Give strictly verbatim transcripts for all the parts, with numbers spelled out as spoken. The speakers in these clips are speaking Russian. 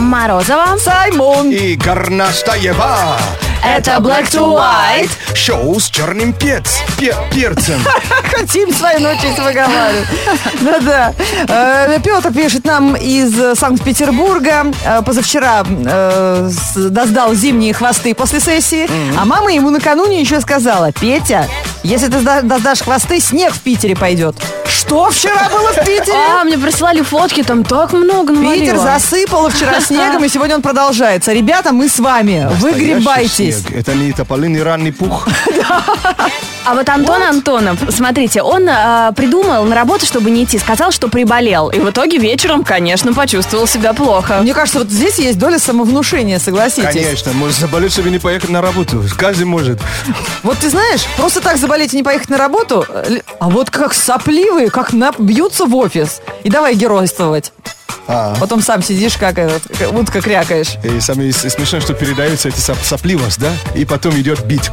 Морозова, Саймон и Горностаева. Это Black to White. Шоу с черным перц, пер, перцем. Хотим свои ночи выговаривать. Да-да. Э, Петр пишет нам из Санкт-Петербурга. Э, Позавчера э, с- доздал зимние хвосты после сессии. А мама ему накануне еще сказала: Петя, если ты сда- доздашь хвосты, снег в Питере пойдет. Что вчера было в Питере? А, мне присылали фотки, там так много навалило. Питер засыпало вчера снегом, и сегодня он продолжается. Ребята, мы с вами. Выгребайтесь. Снег. Это не тополиный ранний пух. А вот Антон Антонов, смотрите, он э, придумал на работу, чтобы не идти, сказал, что приболел. И в итоге вечером, конечно, почувствовал себя плохо. Мне кажется, вот здесь есть доля самовнушения, согласитесь. Конечно, может заболеть, чтобы не поехать на работу. Каждый может. Вот ты знаешь, просто так заболеть и не поехать на работу, э, а вот как сопливые, как набьются в офис. И давай геройствовать. А. Потом сам сидишь, как этот, как- утка крякаешь. И самое с- смешное, что передаются эти соп- сопливость, да? И потом идет бит.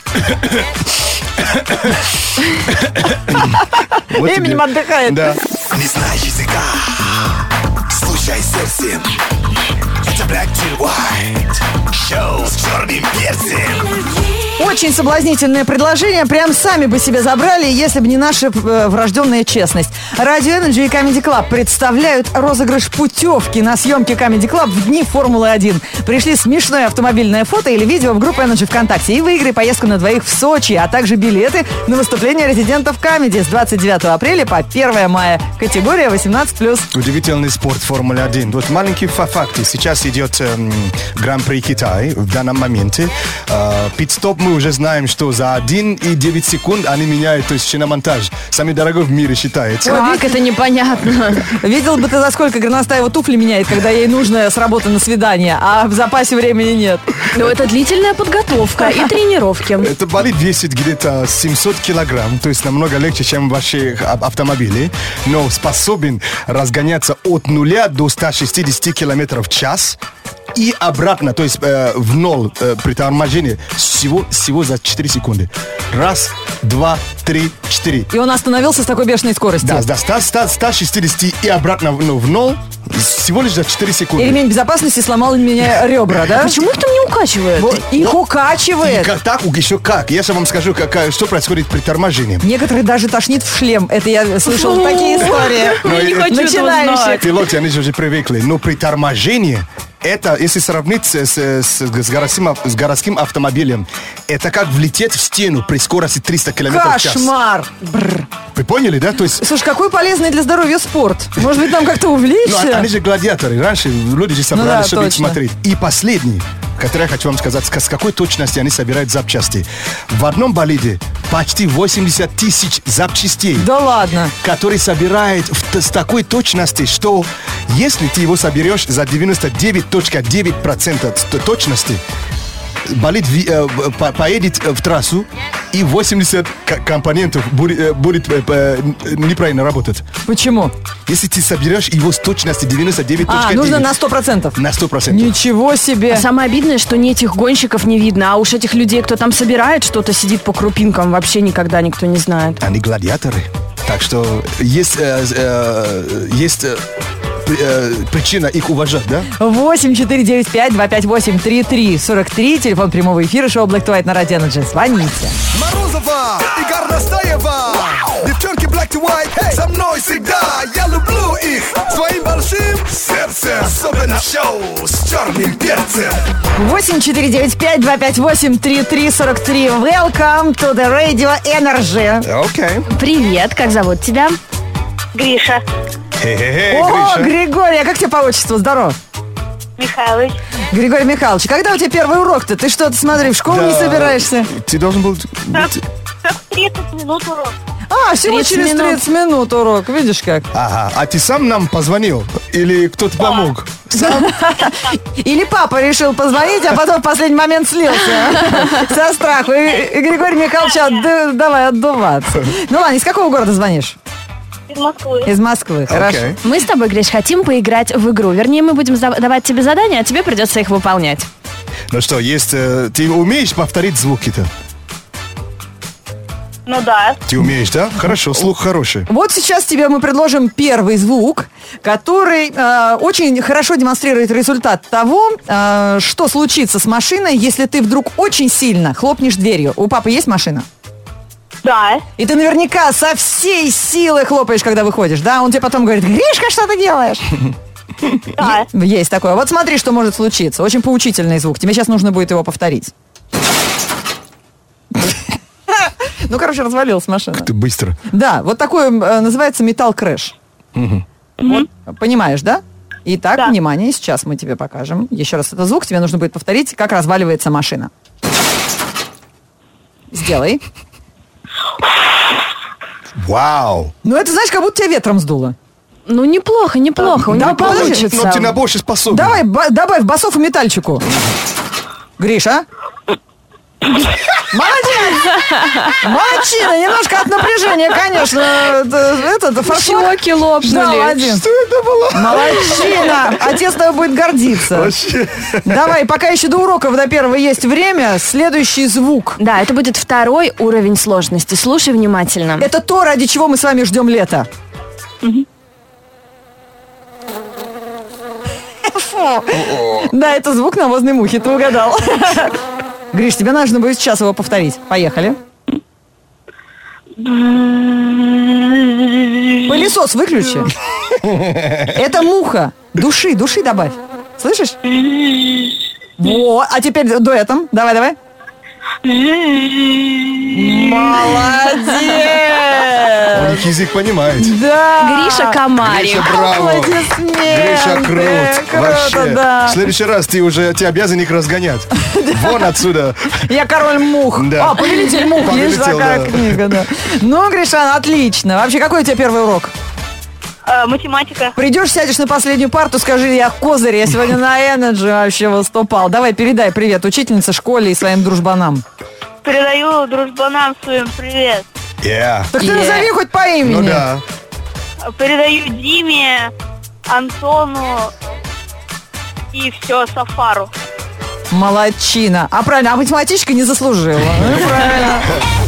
Вот тебе. Именем отдыхает. Да. Не знаешь языка, слушай сердцем. Это Black to White, шоу с черным перцем. Очень соблазнительное предложение. Прям сами бы себе забрали, если бы не наша э, врожденная честность. Радио Energy и Comedy Club представляют розыгрыш путевки на съемки Comedy Club в дни Формулы один. Пришли смешное автомобильное фото или видео в группу Energy ВКонтакте и выиграй поездку на двоих в Сочи, а также билеты на выступление резидентов Comedy с двадцать девятого апреля по первое мая. Категория восемнадцать плюс. Удивительный спорт Формулы один. Вот маленький фа- факт. Сейчас идет эм, Гран-при Китая в данном моменте. Э, пит-стоп мы уже знаем, что за один и девять секунд они меняют, то есть шиномонтаж. Самый дорогой в мире считается. Как это непонятно? Видел бы ты, за сколько Горностаева туфли меняет, когда ей нужно с работы на свидание, а в запасе времени нет. Ну, это длительная подготовка и тренировки. Это болид весит где-то семьсот килограмм, то есть намного легче, чем ваши ав- автомобили, но способен разгоняться от нуля до ста шестидесяти километров в час и обратно, то есть э, в ноль э, при торможении всего, всего за четыре секунды. Раз, два, три, четыре. И он остановился с такой бешеной скоростью. Да, до ста, ста, ста шестидесяти и обратно ну, в ноль всего лишь за четыре секунды. И ремень безопасности сломал меня ребра, да? Почему их там не укачивает? Вот, их И укачивает. как, так, еще как. Я же вам скажу, как, как- что происходит при торможении. Некоторых даже тошнит в шлем. Это я слышала такие истории. Я не хочу этого Начинающих. знать. Пилоты, они же уже привыкли. Но при торможении, это, если сравнить с, с- с- с городским, ав- с городским автомобилем, это как влететь в стену при скорости триста километров в час. Кошмар. Бррр. Вы поняли, да? То есть, Слушай, какой полезный для здоровья спорт. Может быть, нам как-то ну, увлечься? они же гладиаторы. Раньше люди же собрались, Ну да, чтобы их точно. смотреть. И последний, который я хочу вам сказать, с с какой точностью они собирают запчасти. В одном болиде почти восемьдесят тысяч запчастей. Да ладно. Который собирает в т- с такой точностью, что если ты его соберешь за девяносто девять целых девять десятых процента т- точности, болид ви- э, в- по- поедет э, в трассу, и восемьдесят к- компонентов будет, э, будет э, э, неправильно работать. Почему? Если ты соберешь его с точностью девяносто девять целых девять А, нужно десятых. на сто процентов. На сто процентов. Ничего себе. Самое обидное, что ни этих гонщиков не видно, а уж этих людей, кто там собирает что-то, сидит по крупинкам, вообще никогда никто не знает. Они гладиаторы. Так что есть, э, э, есть э, при- э, причина их уважать, да? восемь четыре девять пять два пять восемь три три сорок три. Телефон прямого эфира шоу Black to White на Радио Energy. Звоните. Морозова и Горностаева. Девчонки Black to White, hey, со мной всегда. Я люблю их своим большим сердцем. Особенно шоу с черным перцем. восемь четыре девять пять два пять восемь три три сорок три. Welcome to the Radio Energy. Окей. Привет, как зовут тебя? Гриша Хе-хе-хе, О, Гриша. Григорий, а как тебе по отчеству? Здорово. Михайлович. Григорий Михайлович, когда у тебя первый урок-то? Ты что-то, смотри, в школу не Да. собираешься? Ты должен был... быть- тридцать минут урок. А, всего тридцать через минут. тридцать минут урок, видишь как? Ага, а ты сам нам позвонил? Или кто-то помог? Или папа решил позвонить, а потом в последний момент слился со страху. И, и Григорий Михайлович, отды- давай отдуваться. Ну ладно, из какого города звонишь? Из Москвы. Из Москвы, хорошо. Окей. Мы с тобой, Гриш, хотим поиграть в игру. Вернее, мы будем зда- давать тебе задания, а тебе придется их выполнять. Ну что, есть... э, ты умеешь повторить звуки-то? Ну да. Ты умеешь, да? Хорошо, слух хороший. Вот сейчас тебе мы предложим первый звук, который э, очень хорошо демонстрирует результат того, э, что случится с машиной, если ты вдруг очень сильно хлопнешь дверью. У папы есть машина? Да. И ты наверняка со всей силы хлопаешь, когда выходишь, да? Он тебе потом говорит: Гришка, что ты делаешь? Да. Есть такое. Вот смотри, что может случиться. Очень поучительный звук. Тебе сейчас нужно будет его повторить. Ну, короче, развалилась машина. Ты быстро. Да, вот такой э, называется металл-крэш. Вот, понимаешь, да? Итак, Да. внимание, сейчас мы тебе покажем. Еще раз этот звук, тебе нужно будет повторить, как разваливается машина. Сделай. Вау. Ну, это, знаешь, как будто тебя ветром сдуло. Ну, неплохо, неплохо. У Да, него подожди, получится. Но ты на больше способен. Давай, ба- добавь басов и метальчику. Гриша. Молодец! Молодчина, немножко от напряжения, конечно. Этот форшмак. Щеки лопнули. Да, молодец. Что это было? Молодчина! Отец тобой будет гордиться. Вообще. Давай, пока еще до уроков до первого есть время, следующий звук. Да, это будет второй уровень сложности. Слушай внимательно. Это то, ради чего мы с вами ждем лета. Фу. Да, это звук навозной мухи, ты угадал. Гриш, тебе нужно будет сейчас его повторить. Поехали. Пылесос выключи. Это муха. Души, души добавь. Слышишь? Вот, а теперь дуэтом. Давай, давай. Молодец! Он их язык понимает. Да. Гриша Комарик. Гриша, браво. Аплодисменты. Гриша, крут. Круто, Вообще. да. В следующий раз ты уже ты обязан их разгонять. Вон отсюда. Я король мух. Да. А, повелитель мух. Есть Повелитель, такая да. книга, да. Ну, Гриша, отлично. Вообще, какой у тебя первый урок? Э, математика. Придешь, сядешь на последнюю парту, скажи: я козырь, я сегодня на Energy вообще выступал. Давай, передай привет учительнице, школе и своим дружбанам. Передаю дружбанам своим привет. Yeah. Так ты Yeah. назови хоть по имени. Ну да. Передаю Диме, Антону и все, Сафару. Молодчина. А правильно, а математичка не заслужила. Ну, правильно.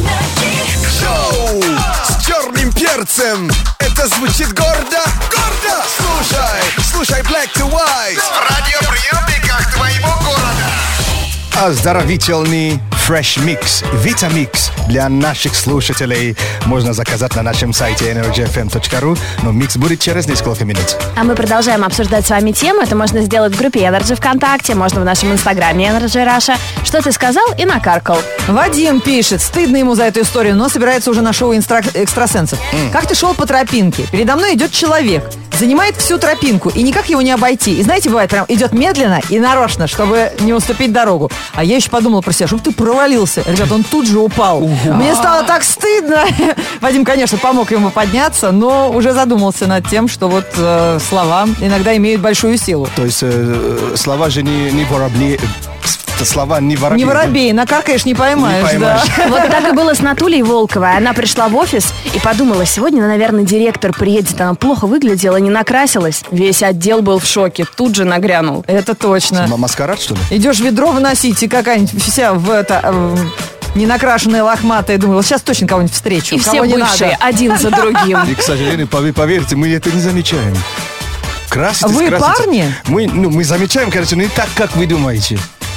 Шоу с черным перцем. Это звучит гордо, гордо. Слушай, слушай Black to White в радиоприемниках твоего города. Оздоровительный Fresh Mix, Vitamix для наших слушателей можно заказать на нашем сайте энерджи эф эм точка ру, но микс будет через несколько минут. А мы продолжаем обсуждать с вами тему. Это можно сделать в группе Energy ВКонтакте, можно в нашем инстаграме Energy Russia. Что ты сказал и накаркал. Вадим пишет, стыдно ему за эту историю, но собирается уже на шоу инстра- экстрасенсов. Как ты шел по тропинке? Передо мной идет человек, занимает всю тропинку, и никак его не обойти. И знаете, бывает, прям идет медленно и нарочно, чтобы не уступить дорогу. А я еще подумала про себя, чтобы ты провалился. Ребята, он тут же упал. Мне стало так стыдно. Вадим, конечно, помог ему подняться, но уже задумался над тем, что вот э, слова иногда имеют большую силу. То есть э, слова же не, не воробли, э, слова не воробей. Не воробей, накаркаешь, не поймаешь, Не поймаешь. да. Вот так и было с Натулей Волковой. Она пришла в офис и подумала: сегодня, наверное, директор приедет. Она плохо выглядела, не накрасилась. Весь отдел был в шоке. Тут же нагрянул. Это точно. М- Маскарад, что ли? Идешь ведро выносить, и какая-нибудь вся в это... э, ненакрашенная, лохматая. Думала, сейчас точно кого-нибудь встречу. И кого все не бывшие, надо. один за другим. И, к сожалению, пове- поверьте, мы это не замечаем. Краситесь, Вы краситесь. парни? Мы, ну, мы замечаем, короче, но не так, как вы думаете.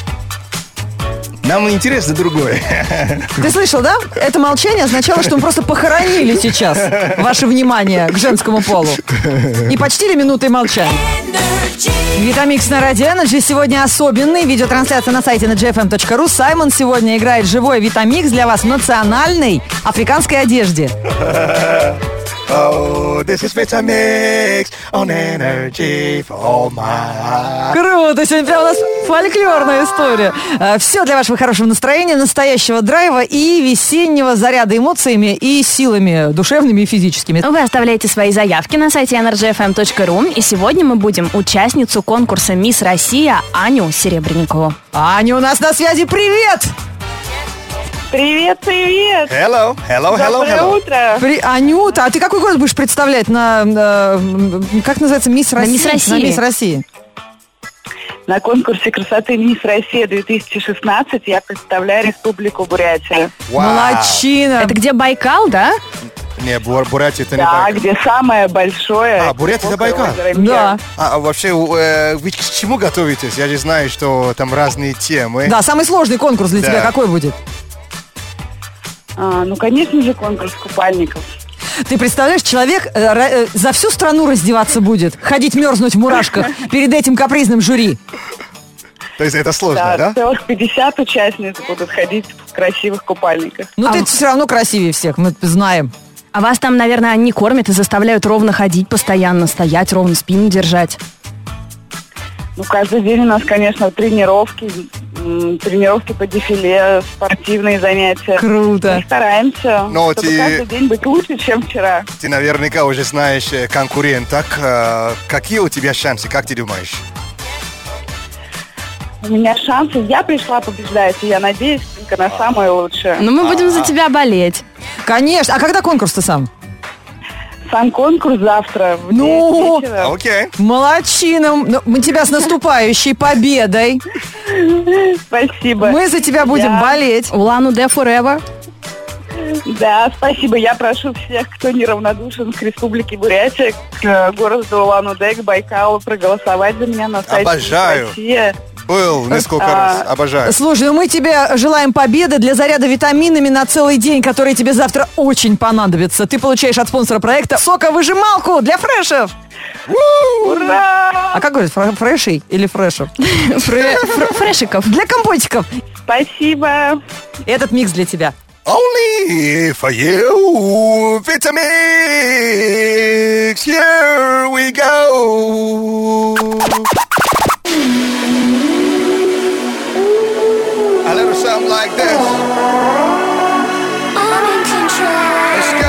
Нам интересно другое. Ты слышал, да? Это молчание означало, что мы просто похоронили сейчас ваше внимание к женскому полу. И почтили минутой молчания. Витамикс на радио Energy. Сегодня особенный. Видеотрансляция на сайте энерджи эф эм точка ру. Саймон сегодня играет живой Витамикс для вас в национальной африканской одежде. Oh, this is Vitamix on energy for my... Круто! Сегодня прям у нас фольклорная история. Все для вашего хорошего настроения, настоящего драйва и весеннего заряда эмоциями и силами душевными и физическими. Вы оставляете свои заявки на сайте энерджи эф эм точка ру. И сегодня мы будем участницу конкурса «Мисс Россия» Аню Серебренникову. Аня у нас на связи. Привет! Привет, привет! Hello, hello, hello, Доброе hello. утро! При... Анюта, а ты какой город будешь представлять на, на, как называется, Мисс На России? «Мисс России». На Мисс России. На конкурсе красоты «Мисс Россия две тысячи шестнадцать» я представляю Республику Бурятия. Вау. Молодчина. Это где Байкал, да? Не, Бур- Бурятия это не Да, Байкал. где самое большое... А, Бурятия это глубокое Байкал? озеро Мер. Да. А, а вообще, э, вы к чему готовитесь? Я же знаю, что там разные темы. Да, самый сложный конкурс для Да. тебя какой будет? А, ну, конечно же, конкурс купальников. Ты представляешь, человек э, ра- э, за всю страну раздеваться будет, ходить мерзнуть в мурашках перед этим капризным жюри. То есть это сложно, Да, да? целых пятьдесят участниц будут ходить в красивых купальниках. Ну, А ты в- все равно красивее всех, мы знаем. А вас там, наверное, не кормят и заставляют ровно ходить постоянно, стоять, ровно спину держать. Ну, каждый день у нас, конечно, тренировки, м, тренировки по дефиле, спортивные занятия. Круто. Мы стараемся, Но чтобы ты- каждый день быть лучше, чем вчера. Ты наверняка уже знаешь э, конкуренток. Э, Какие у тебя шансы, как ты думаешь? У меня шансы, я пришла побеждать, и я надеюсь только на самое лучшее. Но мы будем за тебя болеть. Конечно. А когда конкурс-то сам? Сам конкурс завтра в Ну, девять вечера. Окей. Молодчина. Ну, мы тебя с наступающей победой. Спасибо. Мы за тебя будем Я- болеть. Улан-Удэ forever. Да, спасибо. Я прошу всех, кто неравнодушен к Республике Бурятия, к э, городу Улан-Удэ, к Байкалу, проголосовать за меня на сайте Обожаю. Россия. Был несколько А, раз. Обожаю. Слушай, ну мы тебе желаем победы для заряда витаминами на целый день, которые тебе завтра очень понадобятся. Ты получаешь от спонсора проекта соковыжималку для фрешев. Ура! А как говорят, фре- фрешей или фрешев? Фре- фр- Фрешиков. Для компотиков. Спасибо. Этот микс для тебя. Only for you, Vitamix. Here we go. A little something like this. Let's go.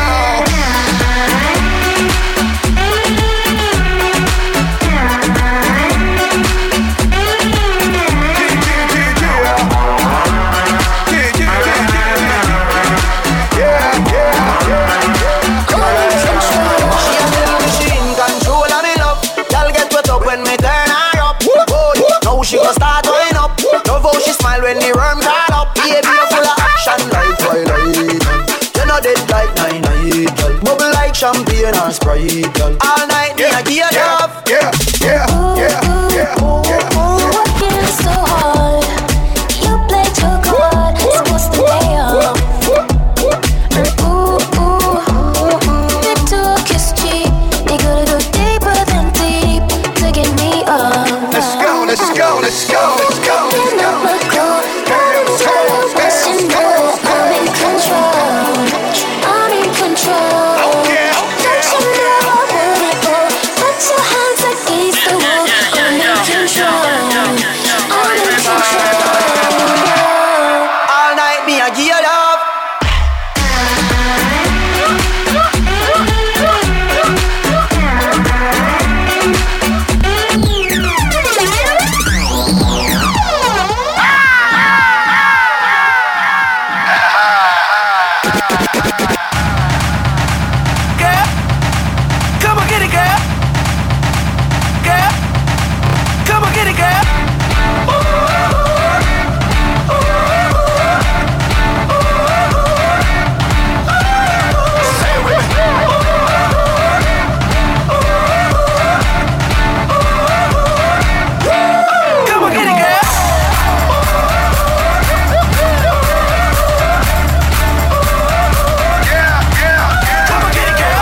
She gon' start going up. Love how she smile when the worm call up. Baby, you're full of action like Twilight. You're not dead like nine nine, girl. Bubble like champagne and Sprite, girl. All night, me I give you love. Yeah, yeah, yeah, yeah, yeah. Working so hard, you play too hard. Supposed to pay up. Ooh, ooh, big to a kiss cheap. They gotta go deeper than deep to get me up. Let's go, let's go, let's go, let's go, let's go. I'm in control. I'm in control. Yeah, Don't you know I want it all? Put your hands against the wall. I'm in control. I'm in control. All night, me I give you love. Girl, come on, get it, girl. Girl, come on, get it, girl. Say it with me. Come on, get it, girl. Come on, get it, girl.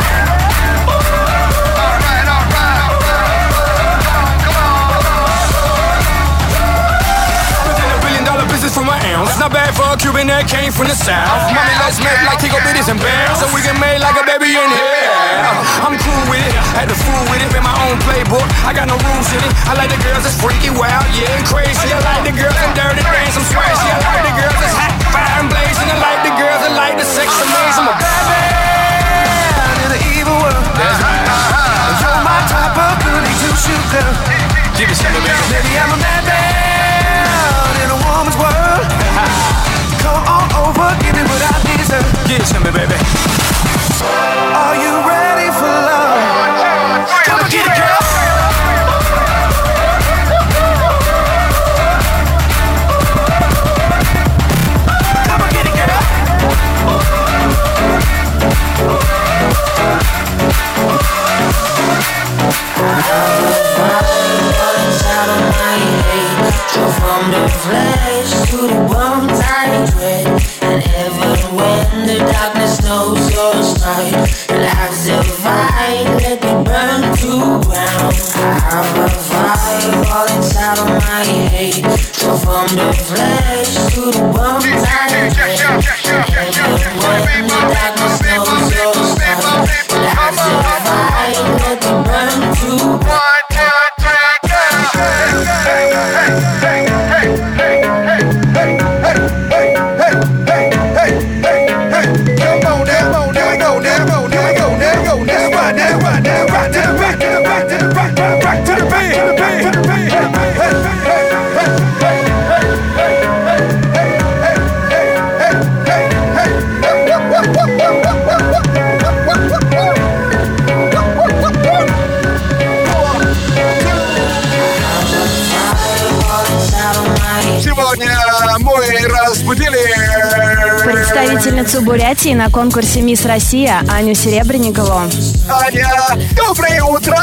Within a billion dollar business from my ounce. Not bad for a Cuban that came from the south. Mommy, let's make like Tico bitties and bands. So we can make like a baby in here. I'm cool with it, had to fool with it. Made my own playbook, I got no rules in it. I like the girls that's freaky, wild, yeah, and crazy. I like the girls that dirty dance, I'm swashy. I like the girls that's hot, fire and blazing. I like the girls that like the sex amazing. I'm a bad man in the evil world. That's right. You're my type of goody two-shoe girl. Give it some of me. Maybe I'm a madman in a woman's world. Come on over, give me what I deserve. Give it some of me, baby. Are you ready for love? Come on, get it, girl. So from the flesh to the bone, I don't care. When the darkness knows your side, lights your fire, let me burn through. One, two, three, go! Hey, hey, hey, hey, hey, hey, hey, hey, hey, hey, hey, hey, hey. Come on now, come on now, we go now, go now, we go now, go now. Right now, right now, right to the back, to the back, to the back, back to the band, to the band, to the band. Hey, hey, hey, hey, hey, hey, hey, hey, hey, hey, hey, hey, Сегодня мы разбудили Представительницу Бурятии на конкурсе «Мисс Россия» Аню Серебренникову. Аня, доброе утро!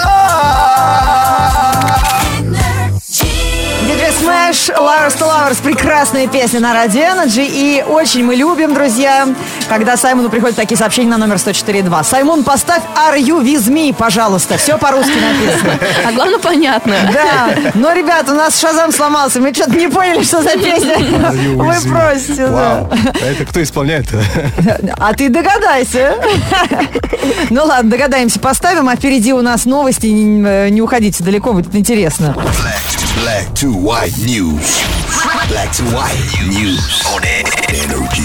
диджей Smash, Lovers to Lovers, прекрасная песня на Radio Energy. И очень мы любим, друзья, когда Саймону приходят такие сообщения на номер сто четыре два. Саймон, поставь Are You With Me, пожалуйста. Все по-русски написано. А главное, понятно. Да, но, ребят, у нас Шазам сломался. Мы что-то не поняли, что за песня вы просите. Да. Это кто исполняет-то? А ты догадайся. Ну ладно, догадаемся, поставим. А впереди у нас новости. Не, не уходите далеко, будет интересно. Black to white news. Black to white news on Energy.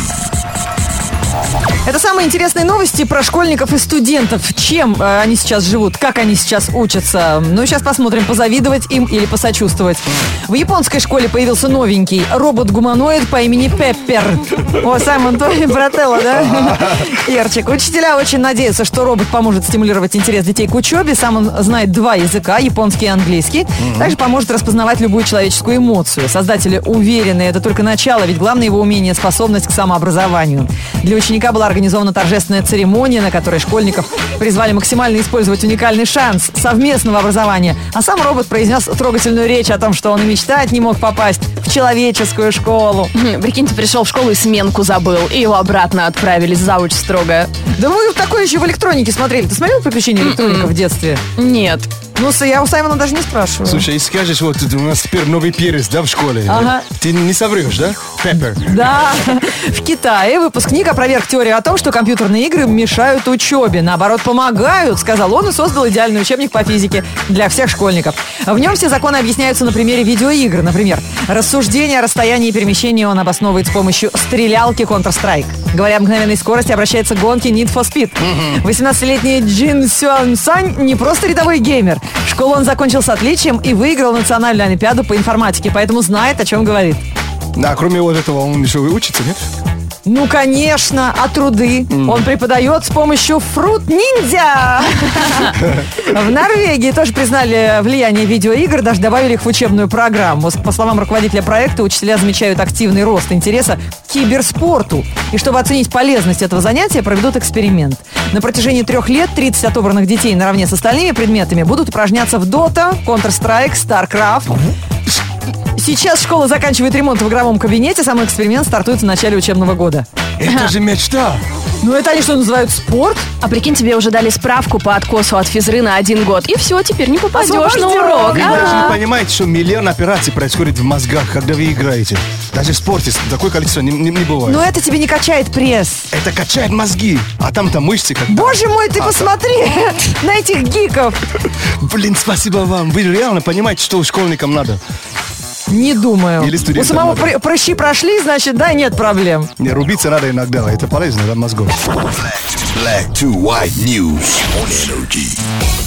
Это самые интересные новости про школьников и студентов. Чем э, они сейчас живут, как они сейчас учатся. Ну, сейчас посмотрим, позавидовать им или посочувствовать. В японской школе появился новенький робот-гуманоид по имени Пеппер. О, Саймон, твой брателло, да? Ирчик. Учителя очень надеются, что робот поможет стимулировать интерес детей к учебе. Сам он знает два языка, японский и английский. Также поможет распознавать любую человеческую эмоцию. Создатели уверены, это только начало, ведь главное его умение — способность к самообразованию. Для ученика была организована торжественная церемония, на которой школьников призвали максимально использовать уникальный шанс совместного образования. А сам робот произнес трогательную речь о том, что он и мечтать не мог попасть в человеческую школу. Прикинь, ты пришел в школу и сменку забыл, и его обратно отправили, зауч строго. Да мы такое еще в электронике смотрели. Ты смотрел «Приключения электроника» в детстве? Нет. Ну, я у Саймона даже не спрашиваю. Слушай, если скажешь, вот у нас теперь новый перец, да, в школе, ага. Ты не соврешь, да? Пеппер. Да. В Китае выпускник опроверг теорию о том, что компьютерные игры мешают учебе. Наоборот, помогают, сказал он, и создал идеальный учебник по физике для всех школьников. В нем все законы объясняются на примере видеоигр. Например, рассуждение о расстоянии и перемещении он обосновывает с помощью стрелялки Counter-Strike. Говоря о мгновенной скорости, обращается к гонке Need for Speed. восемнадцатилетний Джин Сюан Сань не просто рядовой геймер. Школу он закончил с отличием и выиграл национальную олимпиаду по информатике, поэтому знает, о чем говорит. Да, кроме вот этого, он еще учится, нет? Ну, конечно, а труды mm. он преподает с помощью Fruit Ninja. В Норвегии тоже признали влияние видеоигр, даже добавили их в учебную программу. По словам руководителя проекта, учителя замечают активный рост интереса к киберспорту. И чтобы оценить полезность этого занятия, проведут эксперимент. На протяжении трех лет тридцать отобранных детей наравне с остальными предметами будут упражняться в Dota, Counter-Strike, StarCraft. Сейчас школа заканчивает ремонт в игровом кабинете. Сам эксперимент стартует в начале учебного года. Это же мечта. Ну, это они что, называют спорт? А прикинь, тебе уже дали справку по откосу от физры на один год. И все, теперь не попадешь на урок. Вы даже не понимаете, что миллион операций происходит в мозгах, когда вы играете. Даже в спорте такое количество не, не, не бывает. Но это тебе не качает пресс. Это качает мозги. А там-то мышцы как-то... Боже мой, ты а, посмотри на этих гиков. Блин, спасибо вам. Вы реально понимаете, что школьникам надо. Не думаю. Или у самого пр- прыщи прошли, значит, да, нет проблем. Не, рубиться надо иногда, это полезно для мозгов. Black to white news on Energy.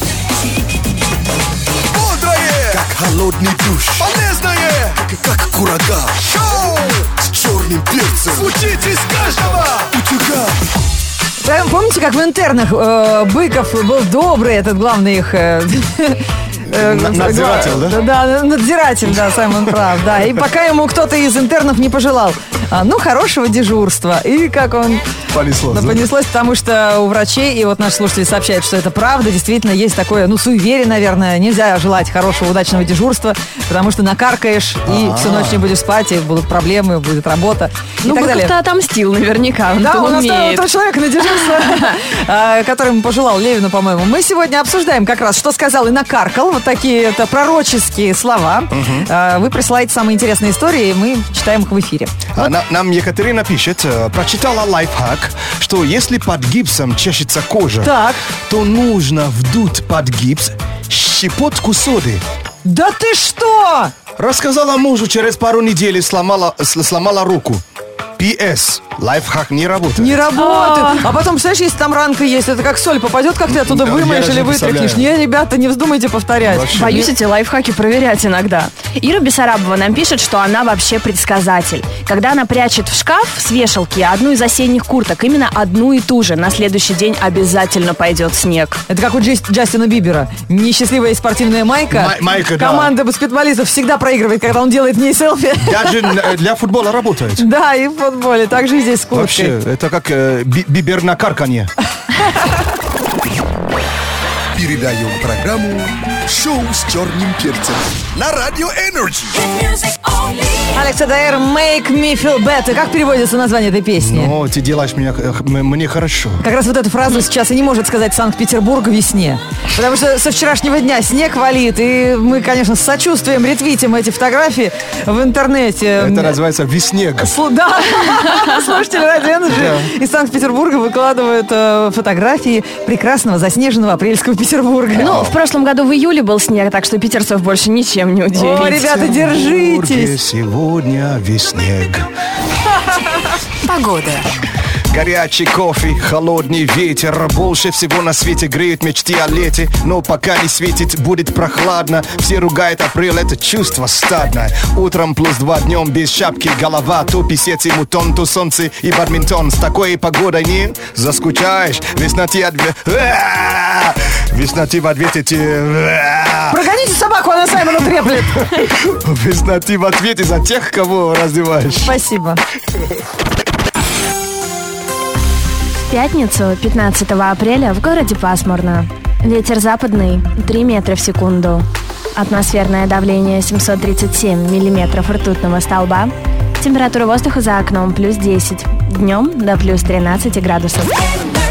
Бодрое, как холодный душ. Полезное, как курага. Шоу с черным перцем. Звучит из каждого утюга. Помните, как в интернах э, Быков был добрый, этот главный их... Э, Надзиратель, да? Да, надзиратель, да, Саймон прав, да. И пока ему кто-то из интернов не пожелал, ну, хорошего дежурства. И как он... Понеслось. Ну, понеслось, да? Потому что у врачей, и вот наши слушатели сообщают, что это правда, действительно есть такое, ну, суеверие, наверное. Нельзя желать хорошего, удачного дежурства, потому что накаркаешь, и А-а-а. всю ночь не будешь спать, и будут проблемы, будет работа. Ну, бы как-то отомстил наверняка, он да, умеет. Да, у нас того человека на дежурство, который ему пожелал, Левину, по-моему. Мы сегодня обсуждаем как раз, что сказал и накаркал в вот такие это пророческие слова. Э, Вы присылаете самые интересные истории, и мы читаем их в эфире. А, на- нам Екатерина пишет, э, прочитала лайфхак, что если под гипсом чешется кожа, Так. то нужно вдуть под гипс щепотку соды. Да ты что? Рассказала мужу, через пару недель сломала, с- сломала руку. пи эс. Лайфхак не работает. Не работает. А потом, представляешь, если там ранка есть, это как соль попадет, как ты оттуда Да, вымоешь я или даже вытряхнешь. представляю. Не, ребята, не вздумайте повторять. Вообще. Боюсь эти лайфхаки проверять иногда. Ира Бессарабова нам пишет, что она вообще предсказатель. Когда она прячет в шкаф с вешалки одну из осенних курток, именно одну и ту же, на следующий день обязательно пойдет снег. Это как у Джейс- Джастина Бибера. Несчастливая спортивная майка. Май- майка, да. Команда баскетболистов всегда проигрывает, когда он делает в ней селфи. Даже э, для футбола работает. Да, и в футболе. Так же и здесь с курткой. Вообще, это как э, би- бибер на карканье. Передаем программу «Шоу с черным перцем» на Радио Энерджи. Алекс Адаэр, «Make me feel better». Как переводится название этой песни? Ну, ты делаешь меня, э, м- мне хорошо. Как раз вот эту фразу сейчас и не может сказать Санкт-Петербург в весне. Потому что со вчерашнего дня снег валит, и мы, конечно, с сочувствием ретвитим эти фотографии в интернете. Это называется веснег. Слу- Да, слушатели Радио Энерджи из Санкт-Петербурга выкладывают э, фотографии прекрасного заснеженного апрельского Петербурга. Ну, в прошлом году в июле был снег, так что питерцев больше ничем не удивить. О, ребята, Петербурге держитесь. сегодня веснег. Погода. Горячий кофе, холодный ветер. Больше всего на свете греют мечты о лете. Но пока не светит, будет прохладно. Все ругают апрель, это чувство стадное. Утром плюс два, днем без шапки голова. То писец и мутон, то солнце и бадминтон. С такой погодой не заскучаешь. Весна ты отве... Весна ты в ответе те... Прогоните собаку, она Саймона треплет. Весна ты в ответе за тех, кого раздеваешь. Спасибо. В пятницу, пятнадцатого апреля, в городе пасмурно. Ветер западный три метра в секунду. Атмосферное давление семьсот тридцать семь миллиметров ртутного столба. Температура воздуха за окном плюс десять. Днем до плюс тринадцать градусов.